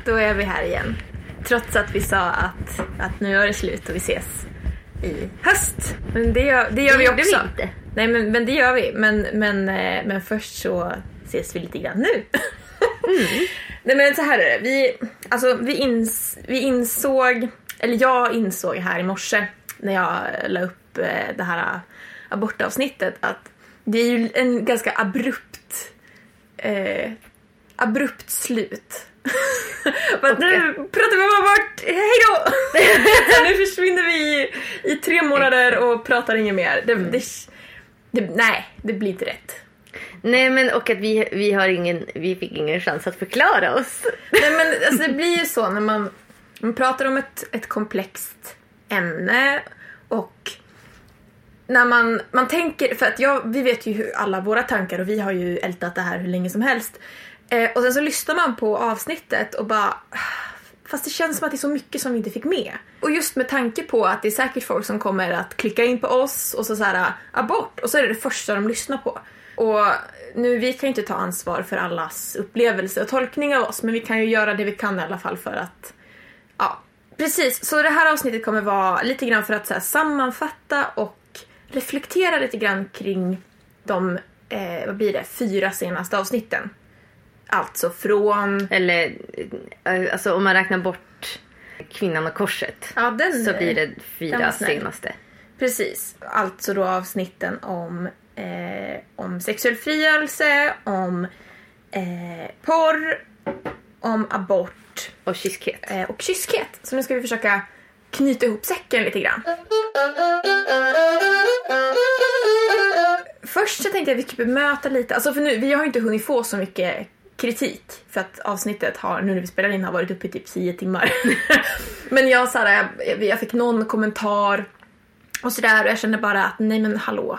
då är vi här igen. Trots att vi sa att nu är det slut och vi ses i höst. Men det gör vi också. Vi inte. Nej, men det gör vi. Men först så ses vi lite grann nu. Nej, men så här är det. Vi insåg, eller jag insåg här i morse när jag la upp det här abortavsnittet att det är ju en ganska abrupt slut. Men nu pratar vi om abort. Hej då! Nu försvinner vi i 3 månader och pratar inget mer. Nej, det blir inte rätt. Nej, men och att vi fick ingen chans att förklara oss. Nej, men alltså, det blir ju så när man pratar om ett komplext ämne och när man tänker, för att vi vet ju hur alla våra tankar och vi har ju ältat det här hur länge som helst. Och sen så lyssnar man på avsnittet och bara, fast det känns som att det är så mycket som vi inte fick med. Och just med tanke på att det är säkert folk som kommer att klicka in på oss och så här abort, och så är det första de lyssnar på. Och nu, vi kan ju inte ta ansvar för allas upplevelse och tolkning av oss, men vi kan ju göra det vi kan i alla fall för att, ja, precis. Så det här avsnittet kommer vara lite grann för att så här, sammanfatta och reflektera lite grann kring de, 4 senaste avsnitten. Alltså från... Eller, alltså om man räknar bort Kvinnan och korset, ja, så blir det 4 senaste. Precis. Alltså då avsnitten om sexuell frigörelse, om porr, om abort och kyskhet. Så nu ska vi försöka knyta ihop säcken lite grann. Först så tänkte jag att vi skulle bemöta lite, alltså för nu, vi har ju inte hunnit få så mycket kritik för att avsnittet har, nu när vi spelar in, har varit uppe i typ 10 timmar. Men jag fick någon kommentar och sådär, och jag kände bara att nej, men hallå.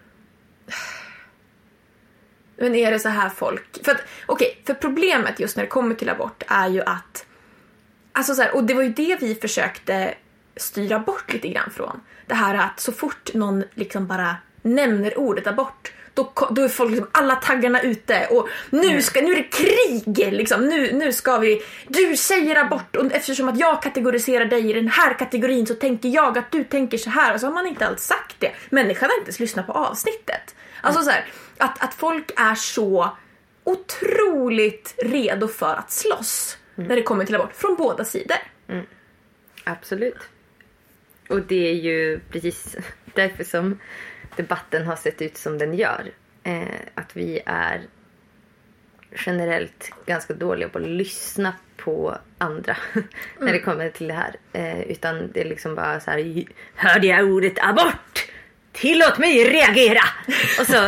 Men är det så här folk? För att, för problemet just när det kommer till abort är ju att, alltså så här, och det var ju det vi försökte styra bort lite grann från. Det här att så fort någon liksom bara nämner ordet abort, då är folk liksom alla taggarna ute och nu är det krig liksom. Nu ska vi, du säger abort och eftersom att jag kategoriserar dig i den här kategorin så tänker jag att du tänker så här, och så har man inte alls sagt det. Människan har inte ens lyssnat på avsnittet. Alltså så här, att folk är så otroligt redo för att slåss när det kommer till abort från båda sidor. Absolut. Och det är ju precis därför som debatten har sett ut som den gör. Att vi är generellt ganska dåliga på att lyssna på andra när det kommer till det här. Utan det är liksom bara så här: hörde jag ordet abort? Tillåt mig reagera! Och så,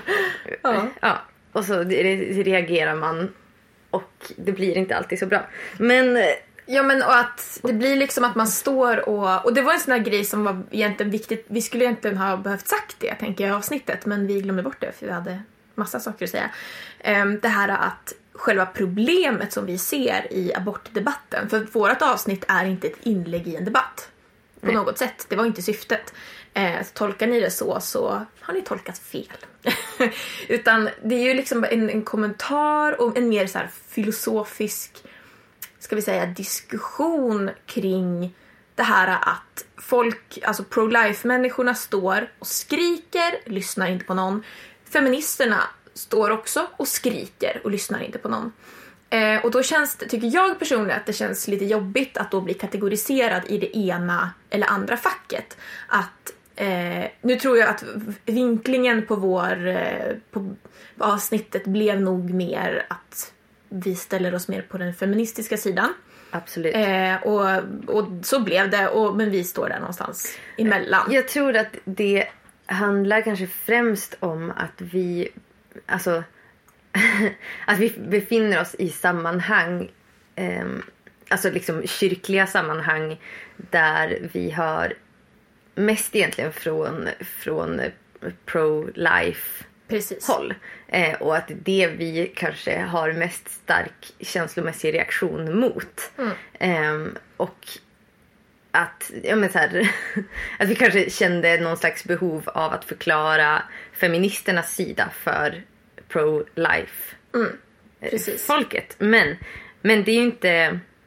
och så reagerar man och det blir inte alltid så bra. Men... Ja, men och att det blir liksom att man står och det var en sån här grej som var egentligen viktigt. Vi skulle egentligen ha behövt sagt det, tänker jag, i avsnittet, men vi glömde bort det för vi hade massa saker att säga. Det här att själva problemet som vi ser i abortdebatten, för vårt avsnitt är inte ett inlägg i en debatt på något sätt. Det var inte syftet. Så tolkar ni det så har ni tolkat fel. Utan det är ju liksom en kommentar och en mer så här filosofisk, ska vi säga, diskussion kring det här att folk, alltså pro-life-människorna står och skriker, lyssnar inte på någon. Feministerna står också och skriker och lyssnar inte på någon. Och då tycker jag personligen att det känns lite jobbigt att då bli kategoriserad i det ena eller andra facket. Att nu tror jag att vinklingen på på avsnittet blev nog mer att vi ställer oss mer på den feministiska sidan. Absolut. Och så blev det, men vi står där någonstans emellan. Jag tror att det handlar kanske främst om att vi, alltså att vi befinner oss i sammanhang, alltså liksom kyrkliga sammanhang där vi har mest egentligen från pro-life håll. Och att det vi kanske har mest stark känslomässig reaktion mot. Och att, ja men så här, att vi kanske kände någon slags behov av att förklara feministernas sida för pro-life folket. Men det är ju inte,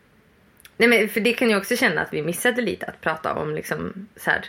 Nej, men för det kan jag också känna att vi missade lite att prata om liksom så här,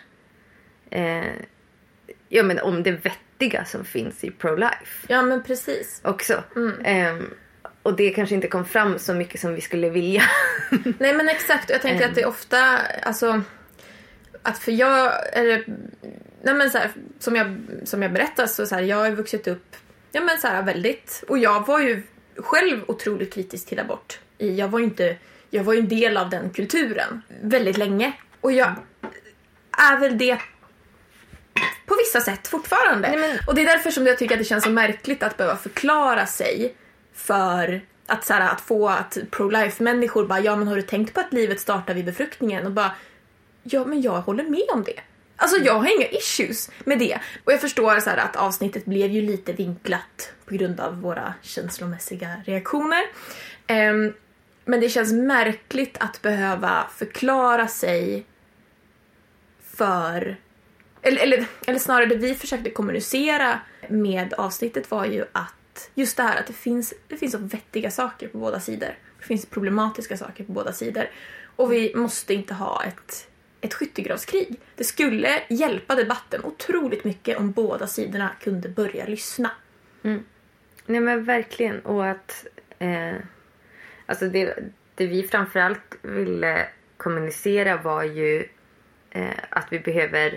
ja, men om det vettiga som finns i pro-life. Ja, men precis. Också. Och det kanske inte kom fram så mycket som vi skulle vilja. Nej, men exakt. Jag tänker att det är ofta, alltså, att för jag är, nej men så här, som jag berättar så här, jag har vuxit upp, ja men så här väldigt, och jag var ju själv otroligt kritisk till abort. Jag var ju en del av den kulturen väldigt länge, och jag är väl det på vissa sätt fortfarande. Nej, men... Och det är därför som jag tycker att det känns så märkligt att behöva förklara sig för att, så här, att få att pro-life-människor bara, ja men har du tänkt på att livet startar vid befruktningen? Och bara, ja men jag håller med om det. Alltså jag har inga issues med det. Och jag förstår så här att avsnittet blev ju lite vinklat på grund av våra känslomässiga reaktioner. Men det känns märkligt att behöva förklara sig för... Eller snarare det vi försökte kommunicera med avsnittet var ju att just det här att det finns så vettiga saker på båda sidor. Det finns problematiska saker på båda sidor. Och vi måste inte ha ett skyttegravskrig. Det skulle hjälpa debatten otroligt mycket om båda sidorna kunde börja lyssna. Nej, men verkligen. Och att alltså det vi framförallt ville kommunicera var ju att vi behöver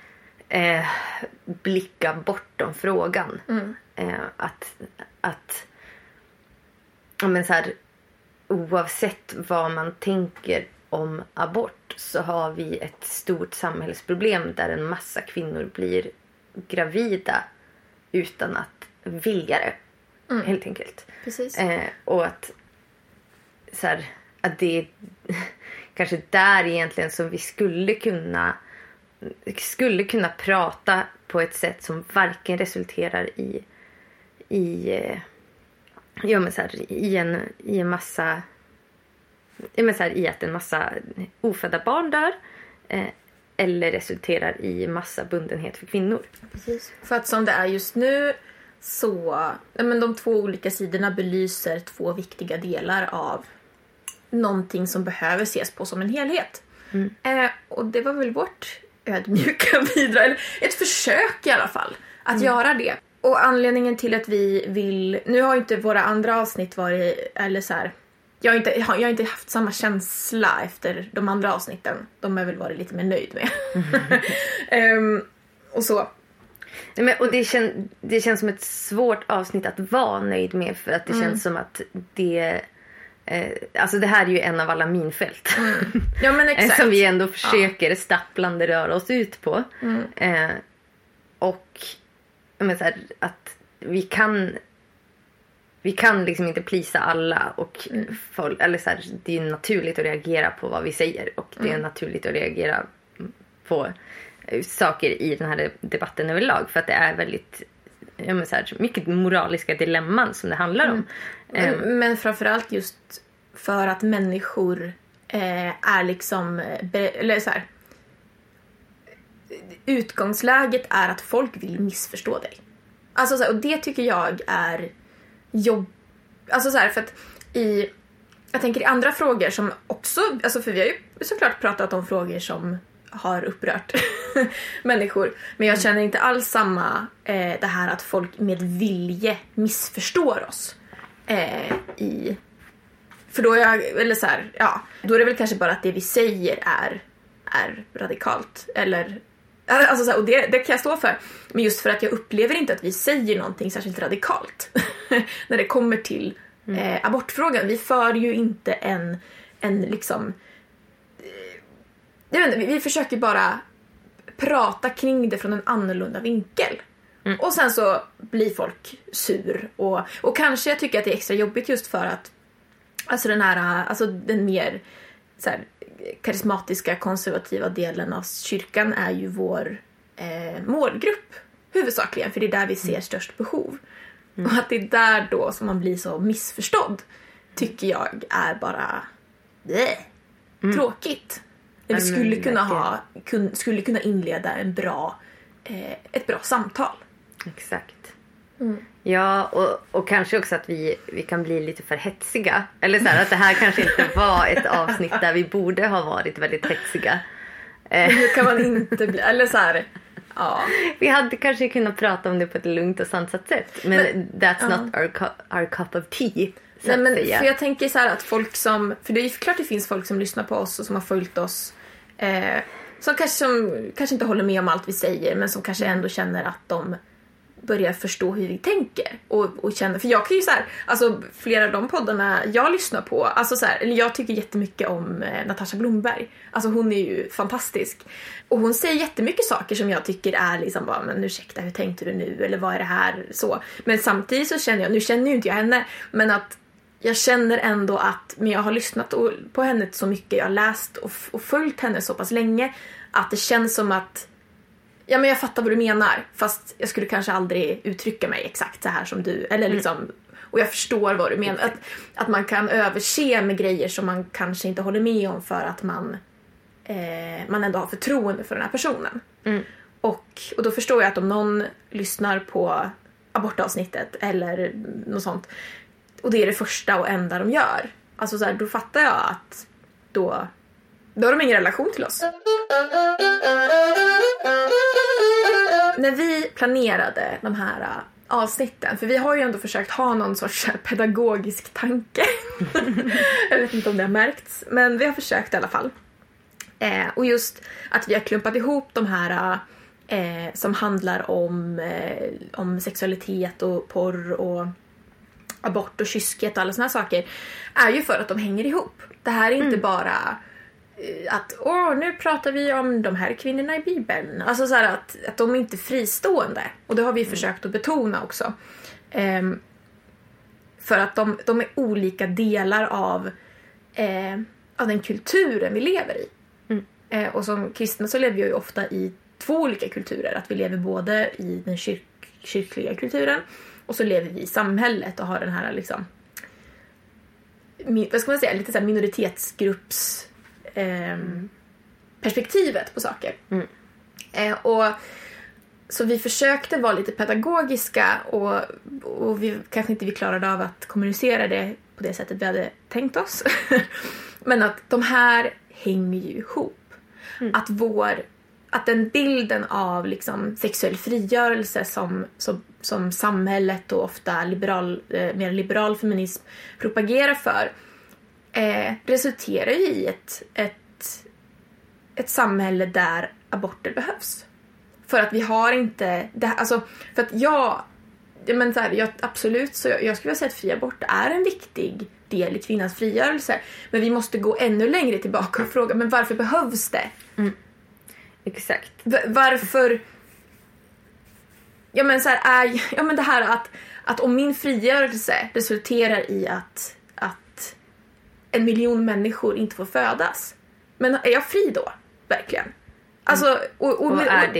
blicka bortom frågan. Att ja, men så här, oavsett vad man tänker om abort så har vi ett stort samhällsproblem där en massa kvinnor blir gravida utan att vilja det. Helt enkelt. Precis. Och att så här, att det är kanske där egentligen som vi skulle kunna prata på ett sätt som varken resulterar ja, men så här, i en massa, ja, men så här, i att en massa ofödda barn dör eller resulterar i massa bundenhet för kvinnor. Precis. För att som det är just nu så, ja, men de två olika sidorna belyser två viktiga delar av någonting som behöver ses på som en helhet. Och det var väl vårt ödmjuka bidrag, eller ett försök i alla fall att göra det. Och anledningen till att vi vill, nu har inte våra andra avsnitt varit, eller så här, jag har inte haft samma känsla efter de andra avsnitten. De har väl varit lite mer nöjd med. Och så. Och det känns som ett svårt avsnitt att vara nöjd med, för att det känns som att det alltså det här är ju en av alla minfält. Ja, men exakt. Som vi ändå försöker stapplande röra oss ut på. Och men så här, att vi kan liksom inte plisa alla, och folk, eller så här, det är naturligt att reagera på vad vi säger, och det är naturligt att reagera på saker i den här debatten överlag, för att det är väldigt, ja, men så här, mycket moraliska dilemman som det handlar om. Men framförallt just för att människor är liksom, eller så här, utgångsläget är att folk vill missförstå dig. Alltså så här, och det tycker jag är alltså så här, för att jag tänker i andra frågor som också, alltså för vi har ju såklart pratat om frågor som har upprört människor, men jag känner inte alls samma det här att folk med vilje missförstår oss för då är jag, eller så här, ja, då är det väl kanske bara att det vi säger är radikalt, eller alltså så här, och det kan jag stå för, men just för att jag upplever inte att vi säger någonting särskilt radikalt när det kommer till abortfrågan. Vi för ju inte en liksom jag vet inte, vi försöker bara prata kring det från en annorlunda vinkel. Och sen så blir folk sur, och kanske jag tycker att det är extra jobbigt just för att alltså den mer så här, karismatiska konservativa delen av kyrkan är ju vår målgrupp huvudsakligen, för det är där vi ser störst behov. Och att det är där då som man blir så missförstådd tycker jag är bara tråkigt. Vi skulle kunna inleda ett bra samtal. Exakt. Ja, och kanske också att vi kan bli lite för hetsiga. Eller så här, att det här kanske inte var ett avsnitt där vi borde ha varit väldigt hetsiga. Men hur kan man inte bli, eller så här, ja. Vi hade kanske kunnat prata om det på ett lugnt och sansat sätt. Men that's not our cup of tea. Nej, men för jag tänker så här att folk som, för det är ju klart det finns folk som lyssnar på oss och som har följt oss, som kanske inte håller med om allt vi säger, men som kanske ändå känner att de börjar förstå hur vi tänker och känner, för jag kan ju så här, alltså flera av de poddarna jag lyssnar på, alltså så här, eller jag tycker jättemycket om Natasha Blomberg, alltså hon är ju fantastisk och hon säger jättemycket saker som jag tycker är liksom bara, men ursäkta, hur tänkte du nu, eller vad är det här, så, men samtidigt så känner jag, nu känner ju inte jag henne, men att jag känner ändå att, men jag har lyssnat på henne så mycket, jag har läst och följt henne så pass länge, att det känns som att ja, men jag fattar vad du menar, fast jag skulle kanske aldrig uttrycka mig exakt så här som du, eller liksom, och jag förstår vad du menar, att man kan överse med grejer som man kanske inte håller med om för att man ändå har förtroende för den här personen. Och då förstår jag att om någon lyssnar på abortavsnittet eller något sånt, och det är det första och enda de gör, alltså så här, då fattar jag att då har de ingen relation till oss. När vi planerade de här avsnitten, för vi har ju ändå försökt ha någon sorts pedagogisk tanke. Jag vet inte om det har märkts, men vi har försökt i alla fall. Och just att vi har klumpat ihop de här som handlar om sexualitet och porr och abort och kyskhet och alla såna här saker, är ju för att de hänger ihop. Det här är inte bara att nu pratar vi om de här kvinnorna i Bibeln. Alltså så här att de är inte fristående. Och det har vi försökt att betona också. För att de är olika delar av den kulturen vi lever i. Och som kristna så lever vi ju ofta i två olika kulturer. Att vi lever både i den kyrkliga kulturen, och så lever vi i samhället och har den här liksom, vad ska man säga, lite så här minoritetsgrupps perspektivet på saker. Och så vi försökte vara lite pedagogiska och vi kanske inte klarade av att kommunicera det på det sättet vi hade tänkt oss. Men att de här hänger ju ihop. Att den bilden av liksom sexuell frigörelse som samhället och ofta mer liberal feminism propagerar för resulterar ju i ett samhälle där aborter behövs. För att vi har inte alltså, för att jag absolut, så jag skulle säga att fri abort är en viktig del i kvinnans frigörelse, men vi måste gå ännu längre tillbaka och fråga, men varför behövs det? Exakt. Varför? Ja, men så här men det här att om min frigörelse resulterar i att 1 miljon människor inte får födas, men är jag fri då? Verkligen. Alltså, och är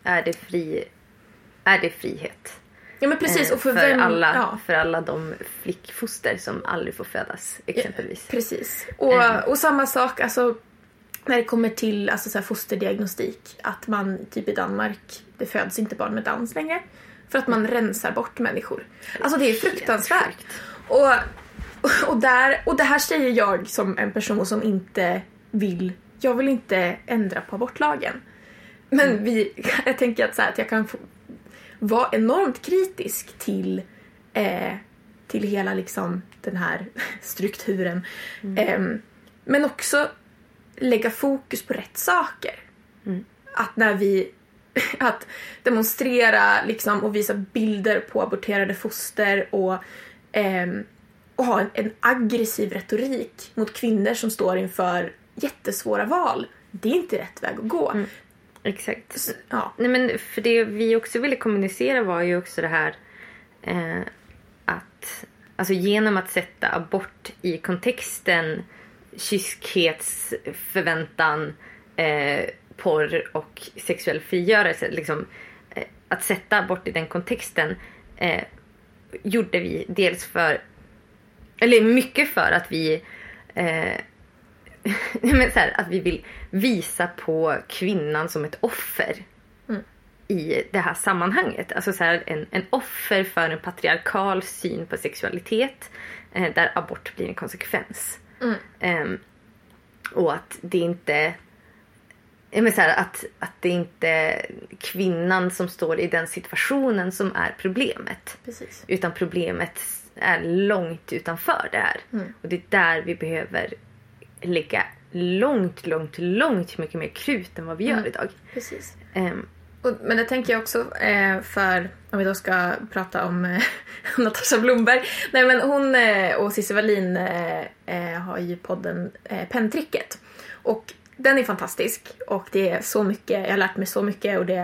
det frihet? Ja, men precis. Och för alla de flickfoster som aldrig får födas, exempelvis. Ja, precis. Och samma sak, alltså, när det kommer till alltså, så här, fosterdiagnostik. Att man, typ i Danmark, det föds inte barn med Downs längre. För att man rensar bort människor. Alltså det är fruktansvärt. Och det här säger jag som en person som inte jag vill inte ändra på abortlagen. Men jag tänker att, så här, att jag kan vara enormt kritisk till hela liksom, den här strukturen. Men också lägga fokus på rätt saker. Att när att demonstrera liksom, och visa bilder på aborterade foster och ha en aggressiv retorik mot kvinnor som står inför jättesvåra val, det är inte rätt väg att gå. Exakt. Så, ja. Nej, men för det vi också ville kommunicera var ju också det här att alltså genom att sätta abort i kontexten kyskhetsförväntan, porr och sexuell frigörelse, liksom, att sätta abort i den kontexten gjorde vi dels mycket för att vi men så här, att vi vill visa på kvinnan som ett offer i det här sammanhanget. Alltså så här, en offer för en patriarkal syn på sexualitet där abort blir en konsekvens. Och att det inte... Men så här, att det inte är kvinnan som står i den situationen som är problemet. Precis. Utan problemet är långt utanför det här. Och det är där vi behöver lägga långt mycket mer krut än vad vi gör idag. Precis. Men det tänker jag också för, om vi då ska prata om Natasha Blomberg. Nej, men hon och Cissi Wallin har ju podden Penntricket. Och den är fantastisk och det är så mycket, jag har lärt mig så mycket och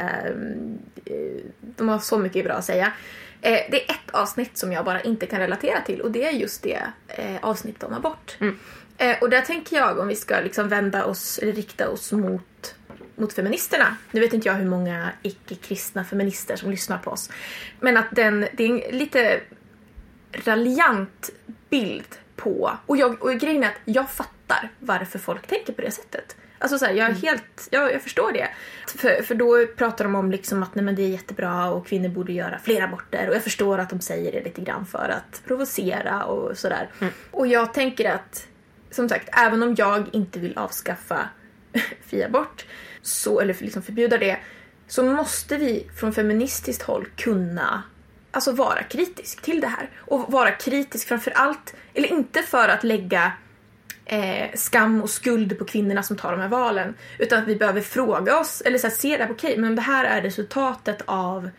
de har så mycket bra att säga. Det är ett avsnitt som jag bara inte kan relatera till och det är just det avsnittet om abort. Och där tänker jag, om vi ska liksom vända oss eller rikta oss mot feministerna. Nu vet inte jag hur många icke-kristna feminister som lyssnar på oss. Men att det är en lite raljant bild på... Och grejen är att jag fattar varför folk tänker på det sättet. Alltså så här, jag förstår det. För då pratar de om liksom att nej, men det är jättebra och kvinnor borde göra fler aborter. Och jag förstår att de säger det lite grann för att provocera och sådär. Och jag tänker att, som sagt, även om jag inte vill avskaffa fri abort eller liksom förbjuda det, så måste vi från feministiskt håll kunna alltså vara kritisk till det här. Och vara kritisk framför allt, eller inte för att lägga skam och skuld på kvinnorna som tar de här valen, utan att vi behöver fråga oss, eller så här, se det här, okej, men det här är resultatet av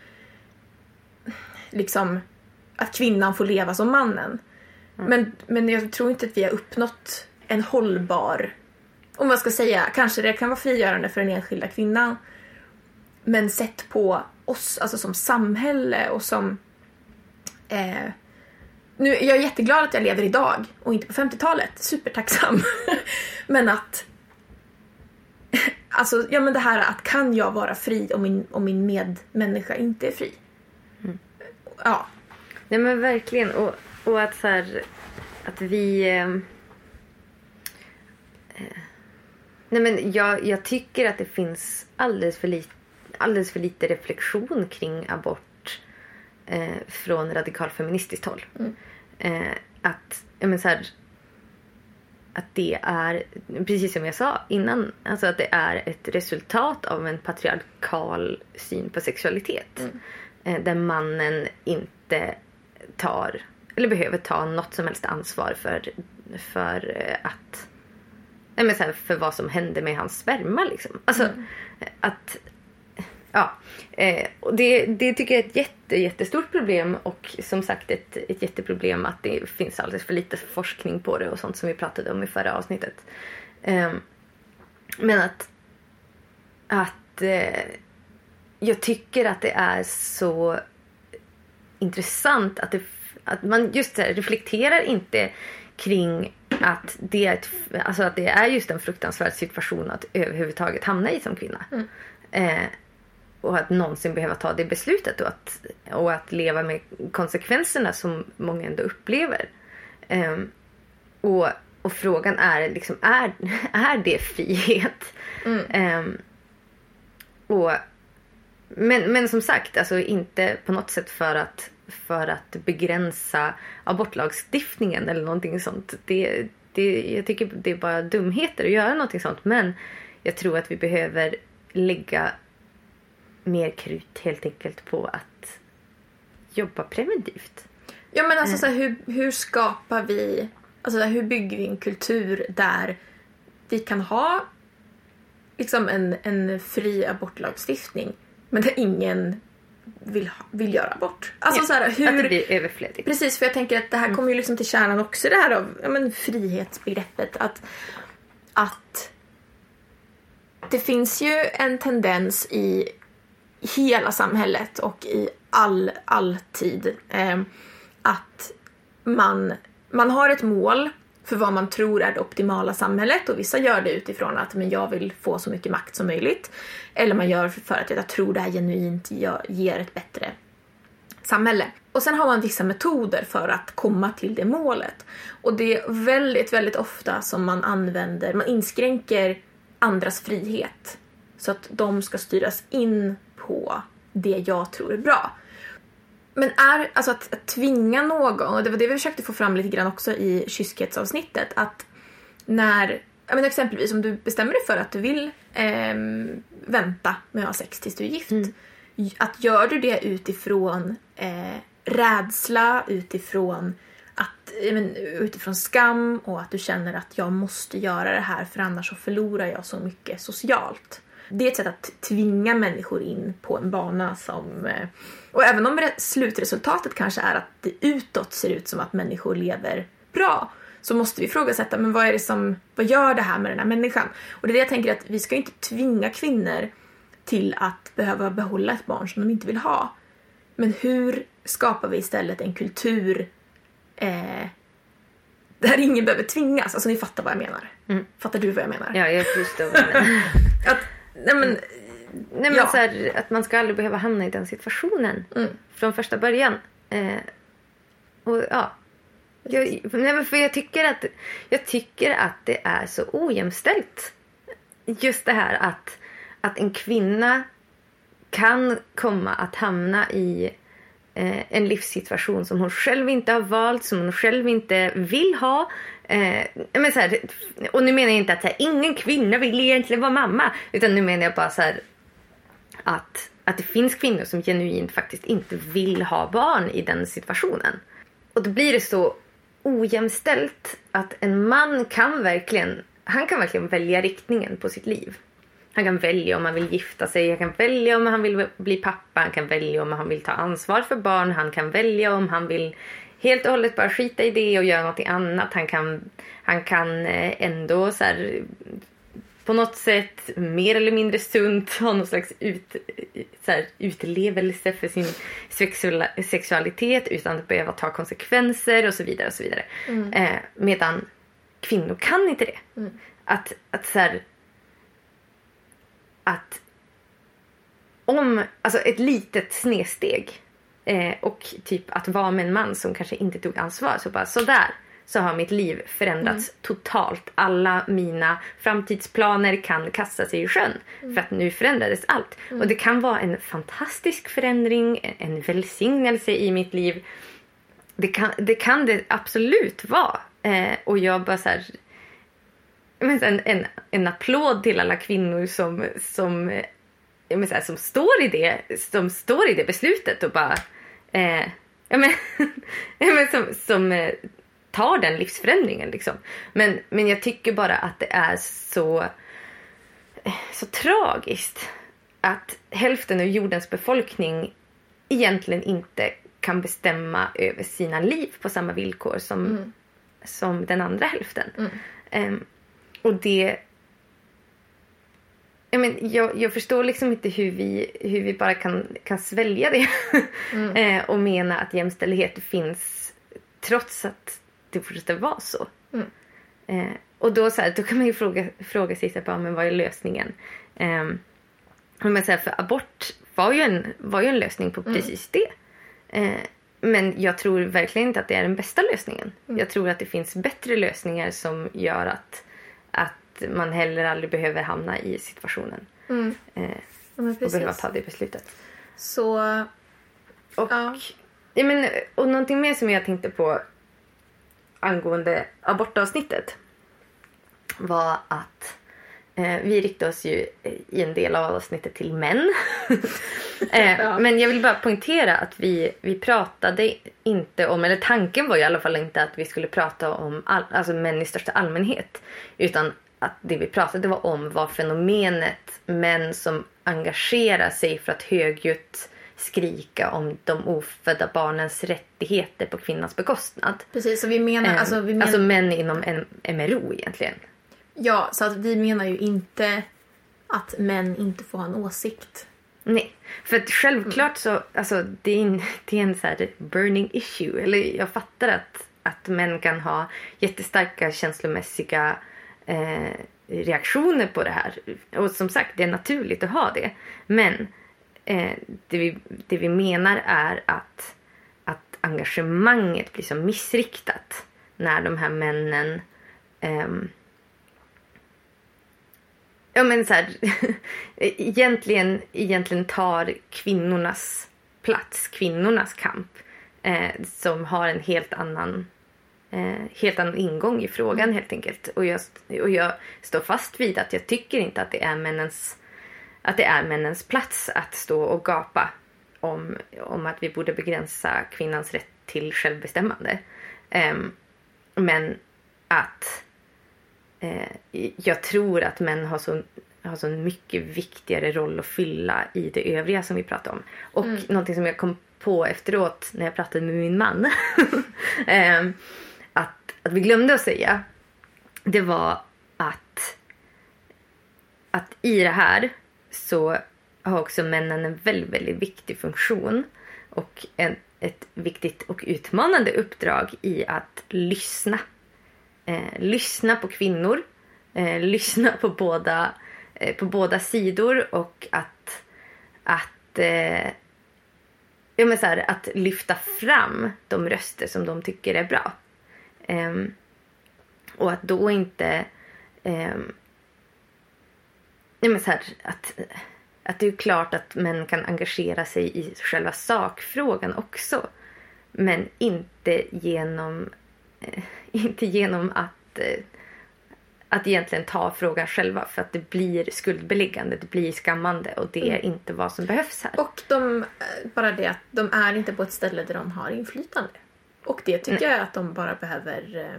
liksom att kvinnan får leva som mannen. Men jag tror inte att vi har uppnått en hållbar, om man ska säga, kanske det kan vara frigörande för den enskilda kvinnan, men sett på oss, alltså som samhälle och som nu, jag är jätteglad att jag lever idag och inte på 50-talet, supertacksam. Men att alltså, ja, men det här att kan jag vara fri om min medmänniska inte är fri. Ja. Nej, men verkligen, och att så här, att vi nej, men jag tycker att det finns alldeles för lite reflektion kring abort från radikalfeministiskt håll. Att, men så här, att det är, precis som jag sa innan, alltså att det är ett resultat av en patriarkal syn på sexualitet. Där mannen inte tar, eller behöver ta något som helst ansvar för att, men så här, för vad som händer med hans sperma liksom. Alltså att ja, och det tycker jag är ett jättestort problem, och som sagt ett jätteproblem att det finns alldeles för lite forskning på det och sånt som vi pratade om i förra avsnittet. Men att jag tycker att det är så intressant att man just så här reflekterar inte kring att det är just en fruktansvärd situation att överhuvudtaget hamna i som kvinna. Och att någonsin behöva ta det beslutet och att leva med konsekvenserna som många ändå upplever. Och frågan är liksom, är det frihet? Men som sagt, alltså inte på något sätt för att begränsa abortlagstiftningen eller någonting sånt. Jag tycker det är bara dumheter att göra någonting sånt. Men jag tror att vi behöver lägga mer krut helt enkelt på att jobba preventivt. Ja, men alltså så här, hur skapar vi, alltså hur bygger vi en kultur där vi kan ha liksom en fri abortlagstiftning men där ingen vill göra abort. Alltså så här, att det blir överflödigt. Precis, för jag tänker att det här kommer ju liksom till kärnan också, det här av frihetsbegreppet, att det finns ju en tendens i hela samhället och i all tid att man har ett mål för vad man tror är det optimala samhället, och vissa gör det utifrån att men jag vill få så mycket makt som möjligt, eller man gör för att jag tror det här genuint ger ett bättre samhälle. Och sen har man vissa metoder för att komma till det målet, och det är väldigt, väldigt ofta som man inskränker andras frihet så att de ska styras in på det jag tror är bra. Men alltså att tvinga någon, och det var det vi försökte få fram lite grann också i kyskhetsavsnittet, att när, jag menar exempelvis om du bestämmer dig för att du vill vänta med att ha sex tills du är gift, att gör du det utifrån rädsla, utifrån skam, och att du känner att jag måste göra det här för annars så förlorar jag så mycket socialt. Det är ett sätt att tvinga människor in på en bana som... Och även om slutresultatet kanske är att det utåt ser ut som att människor lever bra, så måste vi ifrågasätta, men vad gör det här med den här människan? Och det är det jag tänker, att vi ska inte tvinga kvinnor till att behöva behålla ett barn som de inte vill ha. Men hur skapar vi istället en kultur där ingen behöver tvingas? Alltså ni fattar vad jag menar. Fattar du vad jag menar? Ja, jag förstår vad du menar. Så här, att man ska aldrig behöva hamna i den situationen från första början. Och ja, jag tycker att det är så ojämställt. Just det här att en kvinna kan komma att hamna i en livssituation som hon själv inte har valt, som hon själv inte vill ha. Men så här, och nu menar jag inte att så här, ingen kvinna vill egentligen vara mamma, utan nu menar jag bara så här, att det finns kvinnor som genuint faktiskt inte vill ha barn i den situationen. Och då blir det så ojämställt att en man kan verkligen välja riktningen på sitt liv. Han kan välja om han vill gifta sig, han kan välja om han vill bli pappa, han kan välja om han vill ta ansvar för barn, han kan välja om han vill helt och hållet bara skita i det och göra något annat. Han kan ändå så här, på något sätt mer eller mindre sunt ha någon slags utlevelse för sin sexualitet utan att behöva ta konsekvenser och så vidare och så vidare. Medan kvinnor kan inte det. Att så här, att om alltså ett litet snedsteg och typ att vara med en man som kanske inte tog ansvar, så bara sådär, så har mitt liv förändrats totalt. Alla mina framtidsplaner kan kasta sig i sjön för att nu förändrades allt. Och det kan vara en fantastisk förändring, en välsignelse i mitt liv. Det kan det absolut vara. Och jag bara så här, en applåd till alla kvinnor som står i det beslutet och bara som tar den livsförändringen liksom. Men jag tycker bara att det är så tragiskt att hälften av jordens befolkning egentligen inte kan bestämma över sina liv på samma villkor som den andra hälften. Och det... Jag förstår liksom inte hur vi bara kan svälja det. Och mena att jämställdhet finns trots att det fortsätter vara så. Och då kan man ju fråga sig men vad är lösningen? Men så här, för abort var ju en lösning på precis det. Men jag tror verkligen inte att det är den bästa lösningen. Jag tror att det finns bättre lösningar som gör att man heller aldrig behöver hamna i situationen. Och behöva ta det beslutet. Så... Och någonting mer som jag tänkte på angående abortavsnittet var att vi riktar oss ju i en del av avsnittet till män. Men jag vill bara poängtera att vi pratade inte om, eller tanken var i alla fall inte att vi skulle prata om alltså män i största allmänhet, utan att det vi pratade var fenomenet män som engagerar sig för att högljutt skrika om de ofödda barnens rättigheter på kvinnans bekostnad. Precis, så vi menar... Alltså män inom MRO egentligen. Ja, så att vi menar ju inte att män inte får ha en åsikt. Nej, för att självklart så... Alltså, det är en så här burning issue. Eller jag fattar att män kan ha jättestarka känslomässiga reaktioner på det här. Och som sagt, det är naturligt att ha det. Men det vi menar är att engagemanget blir så missriktat när de här männen Ja, men så här, egentligen tar kvinnornas plats, kvinnornas kamp, som har en helt annan ingång i frågan helt enkelt. Och jag står fast vid att jag tycker inte att det är männens plats att stå och gapa om att vi borde begränsa kvinnans rätt till självbestämmande. Men att jag tror att män har så en mycket viktigare roll att fylla i det övriga som vi pratar om. Och någonting som jag kom på efteråt när jag pratade med min man att vi glömde att säga, det var att i det här så har också männen en väldigt, väldigt viktig funktion och ett viktigt och utmanande uppdrag i att lyssna. Lyssna på kvinnor, lyssna på båda sidor, och att lyfta fram de röster som de tycker är bra. Och att då inte att det är klart att män kan engagera sig i själva sakfrågan också, men inte genom att egentligen ta frågan själva, för att det blir skuldbeläggande, det blir skammande, och det är inte vad som behövs här. Och bara det att de är inte på ett ställe där de har inflytande. Och det tycker jag att de bara behöver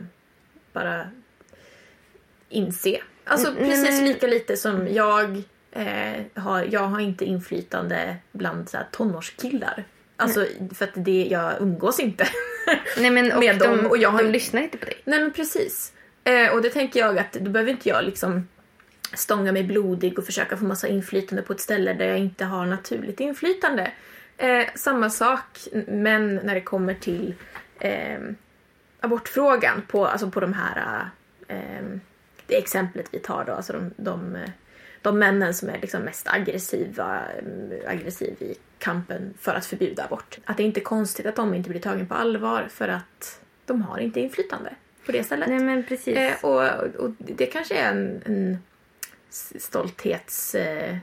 inse. Alltså precis lika lite som jag har inte inflytande bland så här tonårskillar. Alltså för att jag umgås inte med dem. Och de lyssnar inte på dig. Nej, men precis. Och det tänker jag att då behöver inte jag liksom stånga mig blodig och försöka få massa inflytande på ett ställe där jag inte har naturligt inflytande. Samma sak, men när det kommer till abortfrågan på de här det exemplet vi tar då, alltså de männen som är liksom mest aggressiv i kampen för att förbjuda abort. Att det är inte konstigt att de inte blir tagen på allvar, för att de har inte inflytande på det stället. Nej, men precis. Och det kanske är en stolthets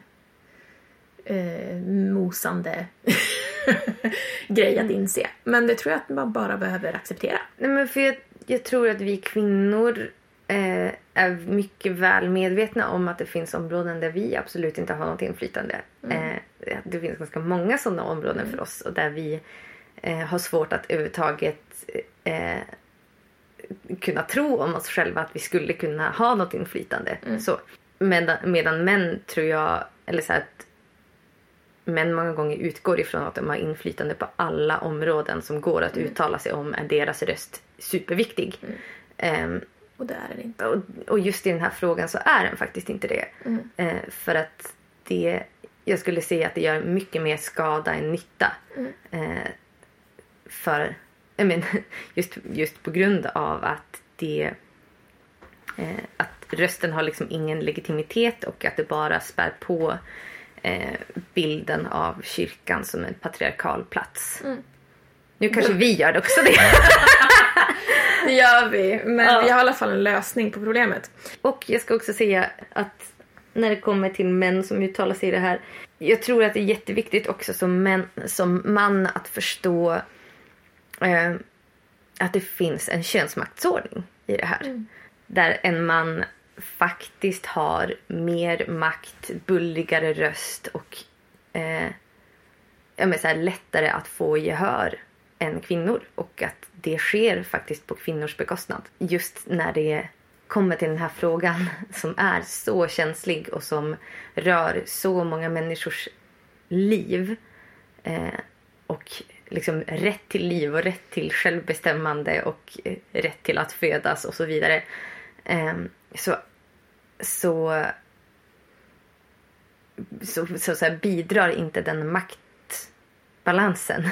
mosande grej att inse. Men det tror jag att man bara behöver acceptera. Nej, men för jag tror att vi kvinnor är mycket väl medvetna om att det finns områden där vi absolut inte har något inflytande. Det finns ganska många sådana områden för oss, och där vi har svårt att överhuvudtaget kunna tro om oss själva att vi skulle kunna ha något inflytande. Så, medan män, tror jag, eller så här, att män många gånger utgår ifrån att de har inflytande på alla områden som går att uttala sig om, är deras röst superviktig. Och det är det inte. Och just i den här frågan så är den faktiskt inte det. För att jag skulle säga att det gör mycket mer skada än nytta. För just på grund av att att rösten har liksom ingen legitimitet, och att det bara spär på bilden av kyrkan som en patriarkal plats. Nu kanske vi gör det också det. Det gör vi, men vi har i alla fall en lösning på problemet. Och jag ska också säga att när det kommer till män som uttalar sig i det här, jag tror att det är jätteviktigt också som man att förstå att det finns en könsmaktsordning i det här. Där en man faktiskt har mer makt, bulligare röst och lättare att få gehör än kvinnor, och att det sker faktiskt på kvinnors bekostnad. Just när det kommer till den här frågan som är så känslig och som rör så många människors liv, och liksom rätt till liv och rätt till självbestämmande och rätt till att födas och så vidare, så bidrar inte den maktbalansen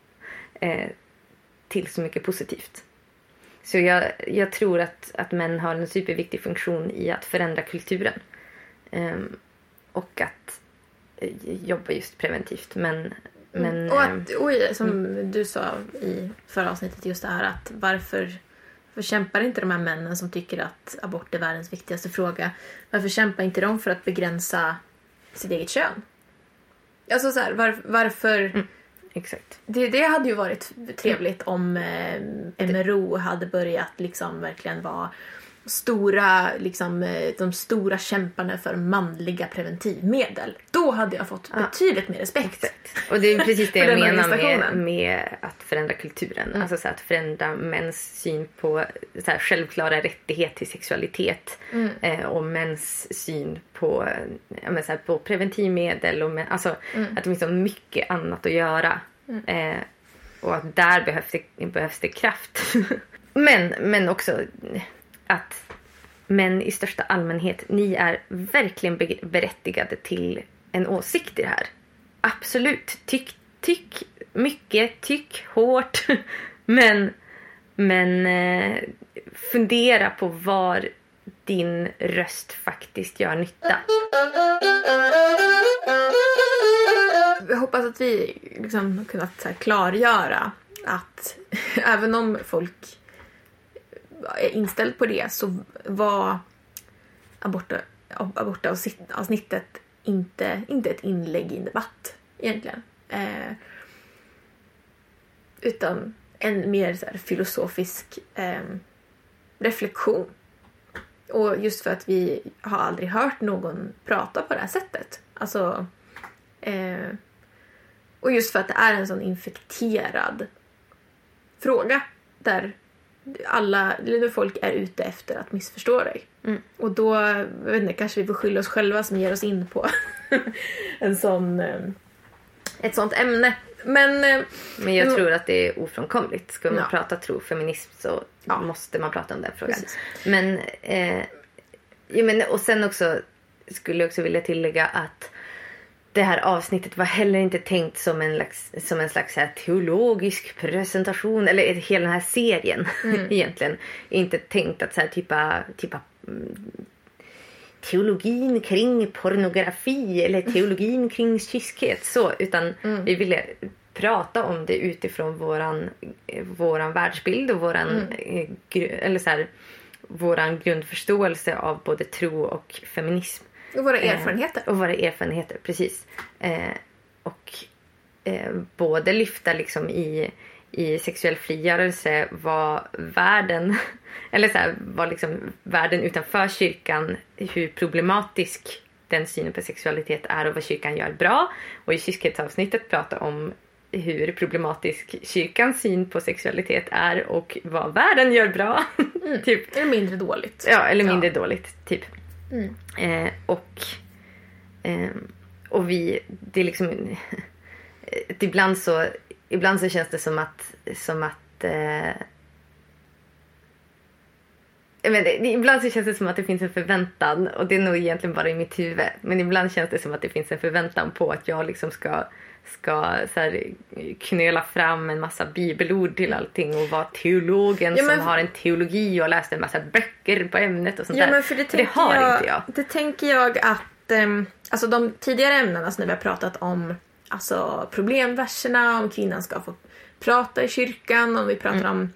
till så mycket positivt. Så jag tror att män har en superviktig funktion i att förändra kulturen, och att jobba just preventivt. Men och som du sa i förra avsnittet, just det här att varför Varför kämpar inte de här männen som tycker att abort är världens viktigaste fråga? Varför kämpar inte de för att begränsa sitt eget kön? Alltså så här, varför... Exakt. Det hade ju varit trevligt om MRO hade börjat liksom verkligen vara stora, liksom, de stora kämparna för manliga preventivmedel. Då hade jag fått betydligt mer respekt. Exakt. Och det är precis det jag menar med att förändra kulturen. Alltså så att förändra mäns syn på så här, självklara rättighet till sexualitet. Och mäns syn på, så här, på preventivmedel. Och att det finns så mycket annat att göra. Och att där behövs det kraft. men också... att män i största allmänhet, ni är verkligen berättigade till en åsikt i det här. Absolut. Tyck mycket, tyck hårt. men fundera på var din röst faktiskt gör nytta. Jag hoppas att vi liksom kunnat så här klargöra att även om folk är inställd på det, så var abortavsnittet inte ett inlägg i en debatt egentligen. Utan en mer så här filosofisk reflektion. Och just för att vi har aldrig hört någon prata på det här sättet. Alltså, och just för att det är en sån infekterad fråga där folk är ute efter att missförstå dig. Och då, jag vet inte, kanske vi får skylla oss själva som ger oss in på ett sånt ämne. Men jag tror att det är ofrånkomligt. Ska man prata feminism så måste man prata om den frågan. Precis. Men och sen också skulle jag också vilja tillägga att det här avsnittet var heller inte tänkt som en slags här teologisk presentation. Eller hela den här serien egentligen. Inte tänkt att så här typa teologin kring pornografi eller teologin kring kyskhet. Så, utan vi ville prata om det utifrån våran världsbild och våran grundförståelse av både tro och feminism. Och våra erfarenheter. Precis. Både lyfta liksom i sexuell frigörelse var världen, eller så här, var liksom världen utanför kyrkan, hur problematisk den synen på sexualitet är och vad kyrkan gör bra. Och i kyskhetsavsnittet pratar om hur problematisk kyrkans syn på sexualitet är och vad världen gör bra. Typ. Eller mindre dåligt. Ja, eller mindre dåligt, typ. Och vi, det är liksom ibland så känns det som att ibland så känns det som att det finns en förväntan, och det är nog egentligen bara i mitt huvud, men ibland känns det som att det finns en förväntan på att jag liksom ska så här, knöla fram en massa bibelord till allting och vara teologen som har en teologi och har läst en massa böcker på ämnet och sånt där. Men för det har inte jag. Det tänker jag att alltså de tidigare ämnena när vi har pratat om alltså problemverserna, om kvinnan ska få prata i kyrkan, om vi pratar om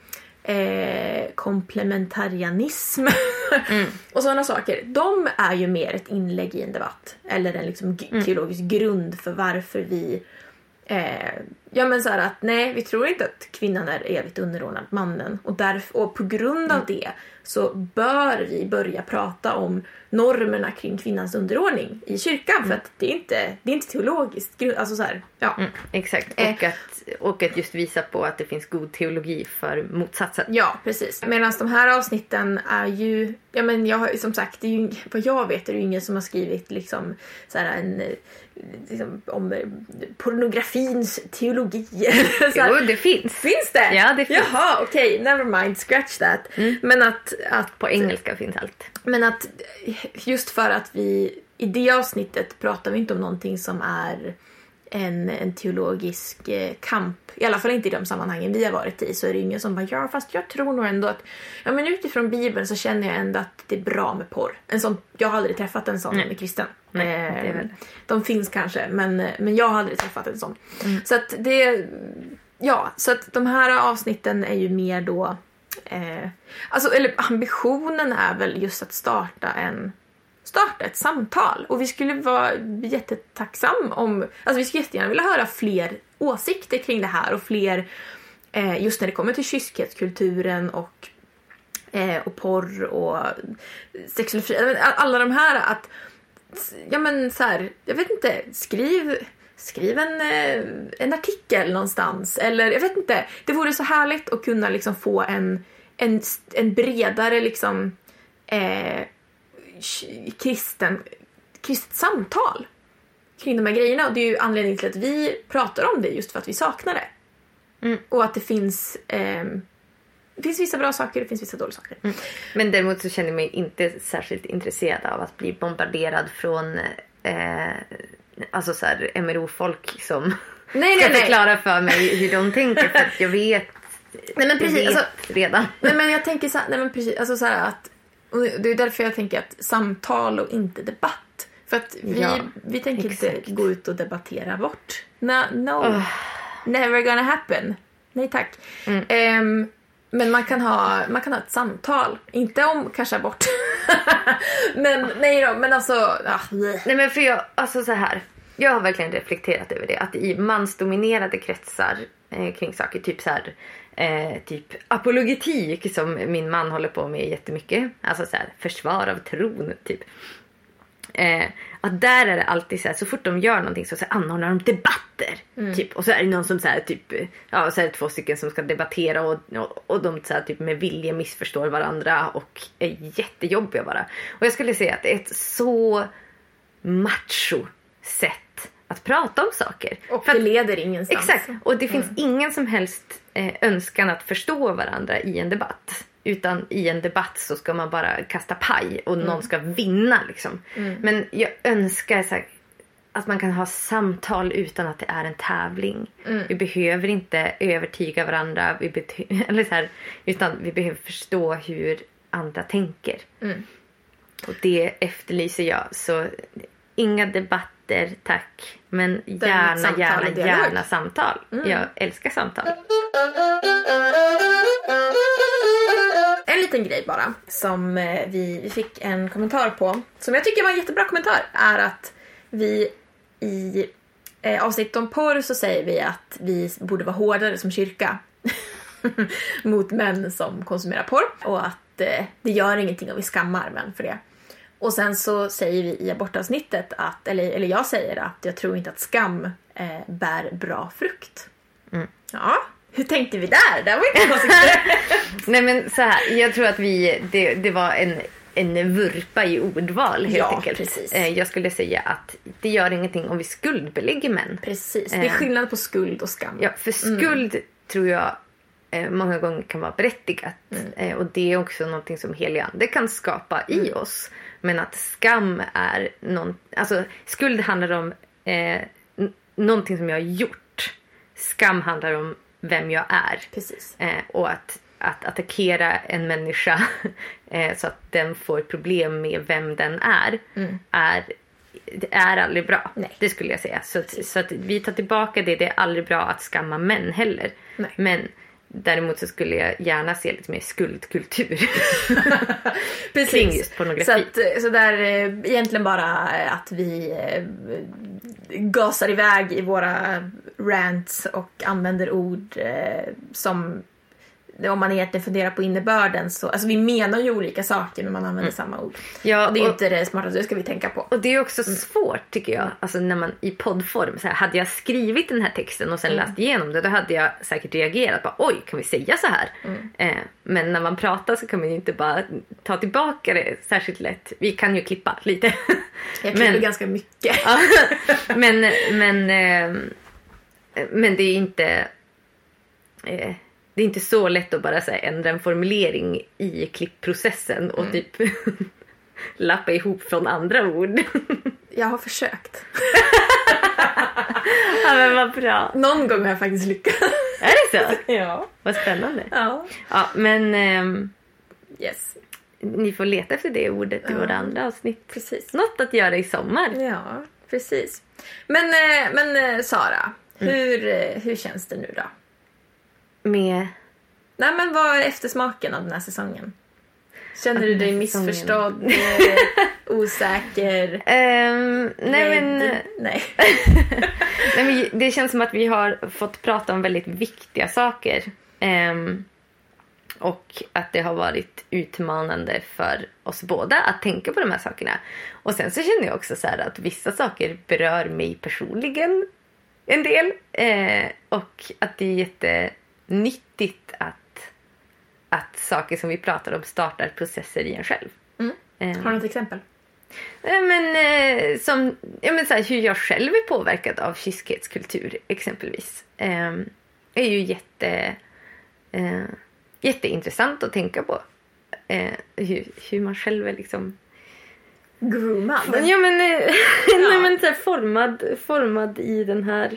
komplementarianism och sådana saker. De är ju mer ett inlägg i en debatt eller en liksom teologisk grund för varför vi så här att nej, vi tror inte att kvinnan är evigt underordnad mannen, och på grund av det så bör vi börja prata om normerna kring kvinnans underordning i kyrkan, för att det är inte teologiskt, alltså så här, exakt, och att just visa på att det finns god teologi för motsatsen. Ja, precis. Medan de här avsnitten är ju, jag har som sagt, det är ju, vad jag vet är det ju ingen som har skrivit liksom så här liksom, om pornografins teologi. Jo, det finns. Finns det? Ja, det finns. Jaha, okej, never mind, scratch that. Men att på engelska finns allt. Men att just för att vi i det avsnittet pratar vi inte om någonting som är en teologisk kamp, i alla fall inte i de sammanhangen vi har varit i, så är det ingen som bara, fast jag tror nog ändå att men utifrån Bibeln så känner jag ändå att det är bra med porr. En sån, jag har aldrig träffat en sån med kristen. De finns kanske, men jag har aldrig träffat en sån. Så att så att de här avsnitten är ju mer då Alltså, eller ambitionen är väl just att starta ett samtal. Och vi skulle vara jättetacksam om... Alltså vi skulle jättegärna vilja höra fler åsikter kring det här. Och fler, just när det kommer till kyskhetskulturen och porr och sexuell frihet. Alla de här att... Ja men så här, jag vet inte, skriv en artikel någonstans. Eller jag vet inte, det vore så härligt att kunna liksom få en bredare liksom kristet samtal kring de här grejerna. Och det är ju anledningen till att vi pratar om det, just för att vi saknar det. Och att det finns vissa bra saker och det finns vissa dåliga saker. Men däremot så känner jag mig inte särskilt intresserad av att bli bombarderad från alltså så här MRO-folk som ska förklara för mig hur de tänker, för att jag vet. Nej men precis, alltså, redan. Nej men jag tänker så här, nej men precis, alltså så här att, och det är därför jag tänker att samtal och inte debatt. För att vi tänker inte gå ut och debattera bort. No. Never gonna happen. Nej tack. Men man kan ha ett samtal. Inte om kanske abort. men alltså... Nej men för jag, alltså så här. Jag har verkligen reflekterat över det. Att i mansdominerade kretsar kring saker, typ så här, typ apologetik som min man håller på med jättemycket. Alltså så här, försvar av tron, typ. Att där är det alltid så här, så fort de gör någonting så anordnar de debatter typ, och så är det någon som så här, typ, ja, så är det 2 stycken som ska debattera och de så här, typ med vilja missförstår varandra och är jättejobbiga bara. Och jag skulle säga att det är ett så macho sätt att prata om saker. Och för det leder ingenstans. Exakt, och det finns ingen som helst önskan att förstå varandra i en debatt. Utan i en debatt så ska man bara kasta paj och någon ska vinna liksom. Men jag önskar så här, att man kan ha samtal utan att det är en tävling. Vi behöver inte övertyga varandra eller så här, utan vi behöver förstå hur andra tänker. Och det efterlyser jag. Så inga debatter, tack. Men gärna samtal. Jag älskar samtal. En liten grej bara som vi fick en kommentar på, som jag tycker var en jättebra kommentar, är att vi i avsnitt om porr så säger vi att vi borde vara hårdare som kyrka mot män som konsumerar porr, och att det gör ingenting om vi skammar män för det. Och sen så säger vi i abortavsnittet att, eller jag säger att jag tror inte att skam bär bra frukt. Ja, hur tänkte vi där? Det var inte konstigt. Nej men så här, jag tror att det var en vurpa i ordval helt enkelt. Precis. Jag skulle säga att det gör ingenting om vi skuldbelägger män. Precis, det är skillnad på skuld och skam. Ja, för skuld tror jag många gånger kan vara berättigat. Och det är också någonting som helig ande kan skapa i oss. Men att skam är alltså skuld handlar om någonting som jag har gjort. Skam handlar om vem jag är. Precis. Och att attackera en människa så att den får problem med vem den är aldrig bra. Nej. Det skulle jag säga. Så att vi tar tillbaka det. Det är aldrig bra att skamma män heller. Nej. Men däremot så skulle jag gärna se lite mer skuldkultur. Precis. Kring just pornografi. Så där egentligen bara att vi gasar iväg i våra rants och använder ord som, om man egentligen funderar på innebörden, så alltså vi menar ju olika saker när man använder samma ord. Ja, och det är ju inte det smartaste, det ska vi tänka på. Och det är också svårt tycker jag, alltså när man i poddform så här, hade jag skrivit den här texten och sen läst igenom det, då hade jag säkert reagerat på, oj, kan vi säga så här? Men när man pratar så kan man ju inte bara ta tillbaka det särskilt lätt. Vi kan ju klippa lite. Jag klipper ganska mycket. men det är inte det är inte så lätt att bara säga ändra en formulering i klippprocessen och typ lappa ihop från andra ord. Jag har försökt. Ja, men vad bra. Någon gång har jag faktiskt lyckats. Är det så? Ja. Vad spännande. Ja. Ja, men yes. Ni får leta efter det ordet i våra andra avsnitt. Precis. Något att göra i sommar. Ja, precis. Men Sara, hur känns det nu då? Med Nej, men vad är eftersmaken av den här säsongen? Känner du dig missförstådd? Osäker? Nej. Nej. Nej, men det känns som att vi har fått prata om väldigt viktiga saker. Och att det har varit utmanande för oss båda att tänka på de här sakerna. Och sen så känner jag också så här att vissa saker berör mig personligen en del. Och att det är jättenyttigt att saker som vi pratar om startar processer i en själv. Har du något exempel? Men så här, hur jag själv är påverkad av kyskhetskultur exempelvis är ju jätteintressant att tänka på. Hur man själv är liksom groomad. Ja, men, nej, men så här, formad i den här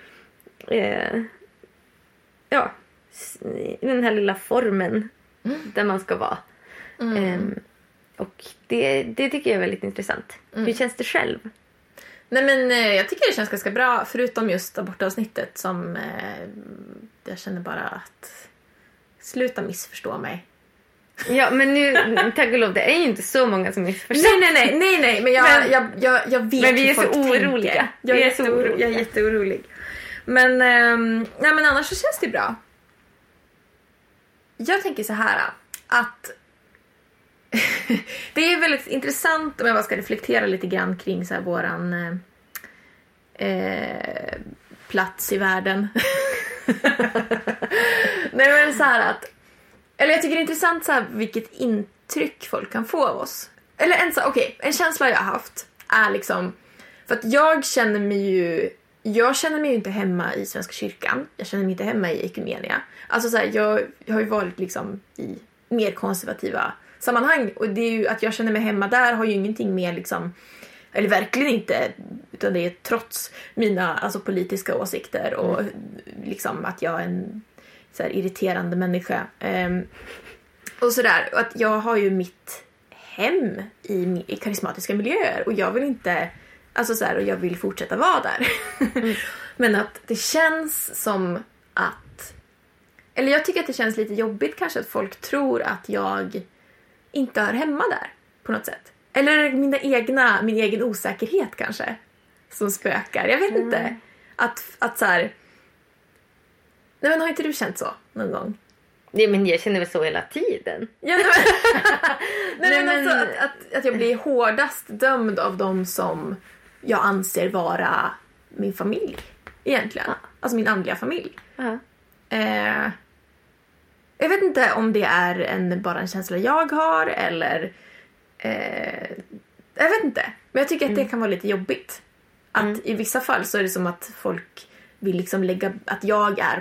i den här lilla formen där man ska vara. Och det tycker jag är väldigt intressant. Hur känns det själv? Nej, men jag tycker det känns ganska bra, förutom just abortavsnittet som jag känner bara att sluta missförstå mig. Ja, men nu, tack och lov, det är ju inte så många som missförstår. Nej, men jag vet. Men vi är så oroliga. Jag är jätteorolig. Men nej, men annars så känns det bra. Jag tänker så här att det är väldigt intressant om jag bara ska reflektera lite grann kring så här våran plats i världen. Nej, men så här att, eller jag tycker det är intressant så här vilket intryck folk kan få av oss. Eller en känsla jag har haft är liksom, för att jag känner mig ju inte hemma i Svenska kyrkan. Jag känner mig inte hemma i Ekumenia. Alltså så här, jag har ju varit liksom i mer konservativa sammanhang, och det är ju att jag känner mig hemma där har ju ingenting med liksom, eller verkligen inte, utan det är trots mina politiska åsikter och liksom att jag är en så här irriterande människa och sådär, och att jag har ju mitt hem i karismatiska miljöer, och jag vill inte så här, och jag vill fortsätta vara där. Men att det känns som att, eller jag tycker att det känns lite jobbigt kanske att folk tror att jag inte hör hemma där på något sätt. Eller min egen osäkerhet kanske som spökar. Jag vet inte. Att så här, nej, men har inte du känt så någon gång? Nej, men jag känner väl så hela tiden. Ja, nej, men alltså, att jag blir hårdast dömd av dem som jag anser vara min familj egentligen. Alltså min andliga familj. Jag vet inte om det är bara en känsla jag har, eller jag vet inte. Men jag tycker att det kan vara lite jobbigt. Att i vissa fall så är det som att folk vill liksom lägga att jag är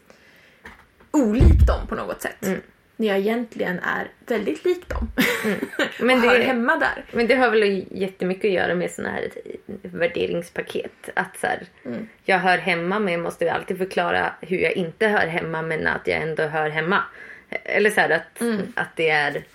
olik dem på något sätt. När jag egentligen är väldigt lik dem. Men det hör hemma där. Men det har väl jättemycket att göra med såna här värderingspaket. Att så här, jag hör hemma, men jag måste alltid förklara hur jag inte hör hemma, men att jag ändå hör hemma. Eller så här att det är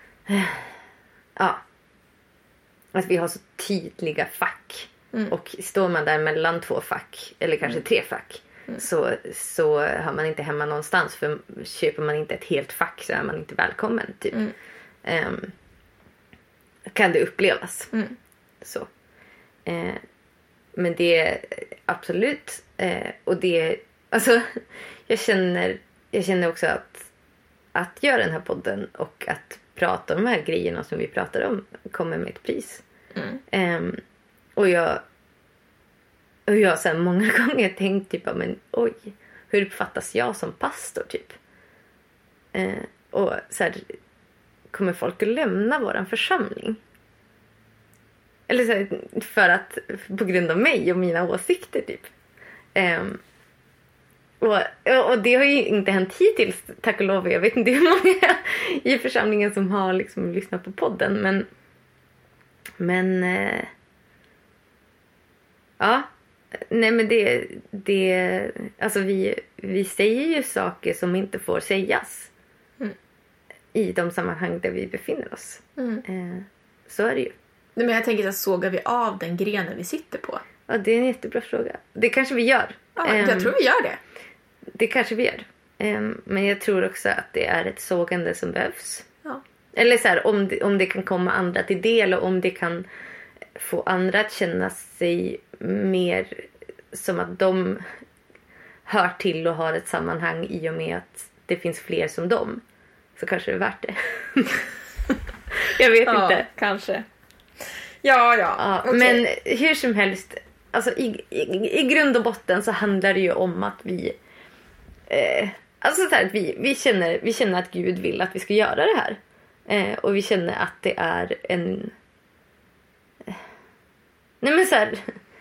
att vi har så tydliga fack. Och står man där mellan 2 fack, eller kanske 3 fack, så hör man inte hemma någonstans. För köper man inte ett helt fack så är man inte välkommen typ. Kan det upplevas så. Men det är absolut och det, alltså jag känner också att göra den här podden och att prata om de här grejerna som vi pratar om kommer med ett pris. Och jag har så här många gånger tänkt typ, men oj, hur uppfattas jag som pastor typ? Och så här, kommer folk att lämna våran församling? Eller så här, för att på grund av mig och mina åsikter typ. Och det har ju inte hänt hittills, tack och lov. Jag vet inte hur många i församlingen som har liksom lyssnat på podden, men ja. Nej, men det alltså vi säger ju saker som inte får sägas i de sammanhang där vi befinner oss. Så är det ju. Nej, men jag tänker att sågar vi av den grenen vi sitter på? Ja, det är en jättebra fråga. Det kanske vi gör. Ja, jag tror vi gör det. Det kanske vi gör. Men jag tror också att det är ett sågande som behövs. Ja. Eller så här, om det kan komma andra till del och om det kan få andra att känna sig mer som att de hör till och har ett sammanhang i och med att det finns fler som dem, så kanske det är värt det. Jag vet inte. Kanske. Ja. Okay. Men hur som helst, alltså i grund och botten så handlar det ju om att vi alltså så här, att vi känner att Gud vill att vi ska göra det här. Och vi känner att det är en nej men så här,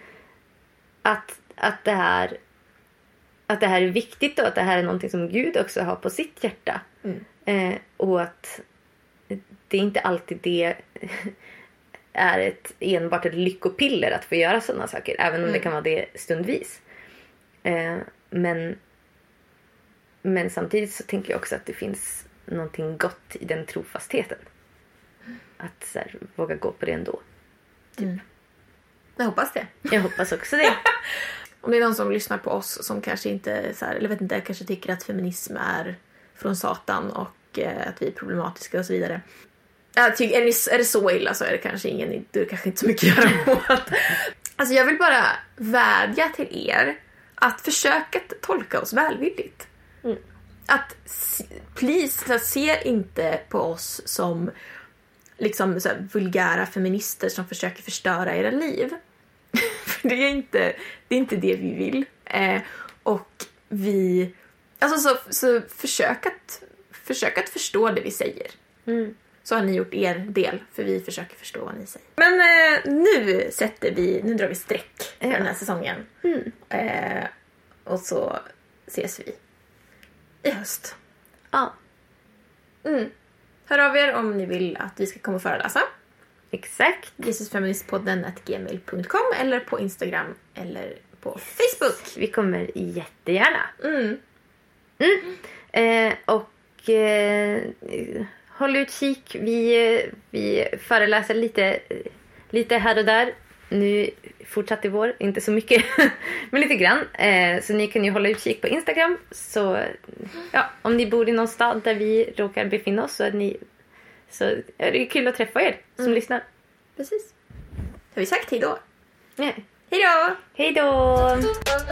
att det här är viktigt och att det här är någonting som Gud också har på sitt hjärta. Och att det är inte alltid det är enbart ett lyckopiller att få göra sådana saker, även om det kan vara det stundvis. Men samtidigt så tänker jag också att det finns någonting gott i den trofastheten. Att så här, våga gå på det ändå. Typ. Jag hoppas det. Jag hoppas också det. Om det är någon som lyssnar på oss som kanske inte så här, eller vet inte, kanske tycker att feminism är från Satan och att vi är problematiska och så vidare. Jag tycker, är det så illa så är det kanske det är kanske inte så mycket att göra åt. Alltså jag vill bara vädja till er att försöka tolka oss välvilligt. Att please, se inte på oss som liksom så här vulgära feminister som försöker förstöra era liv. För det är inte det vi vill. Och vi alltså så försök att förstå det vi säger. Så har ni gjort er del, för vi försöker förstå vad ni säger. Men nu drar vi streck för den här säsongen. Och så ses vi i höst. Ja. Hör av er om ni vill att vi ska komma och föreläsa. Exakt. Jesusfeministpodden@gmail.com eller på Instagram eller på Facebook. Vi kommer jättegärna. Håll utkik. Vi föreläser lite här och där. Nu fortsatt i vår, inte så mycket, men lite grann. Så ni kan ju hålla utkik på Instagram. Så ja, om ni bor i någon stad där vi råkar befinna oss så är det kul att träffa er som lyssnar. Precis. Har vi sagt hej då? Nej. Hej då! Hej då!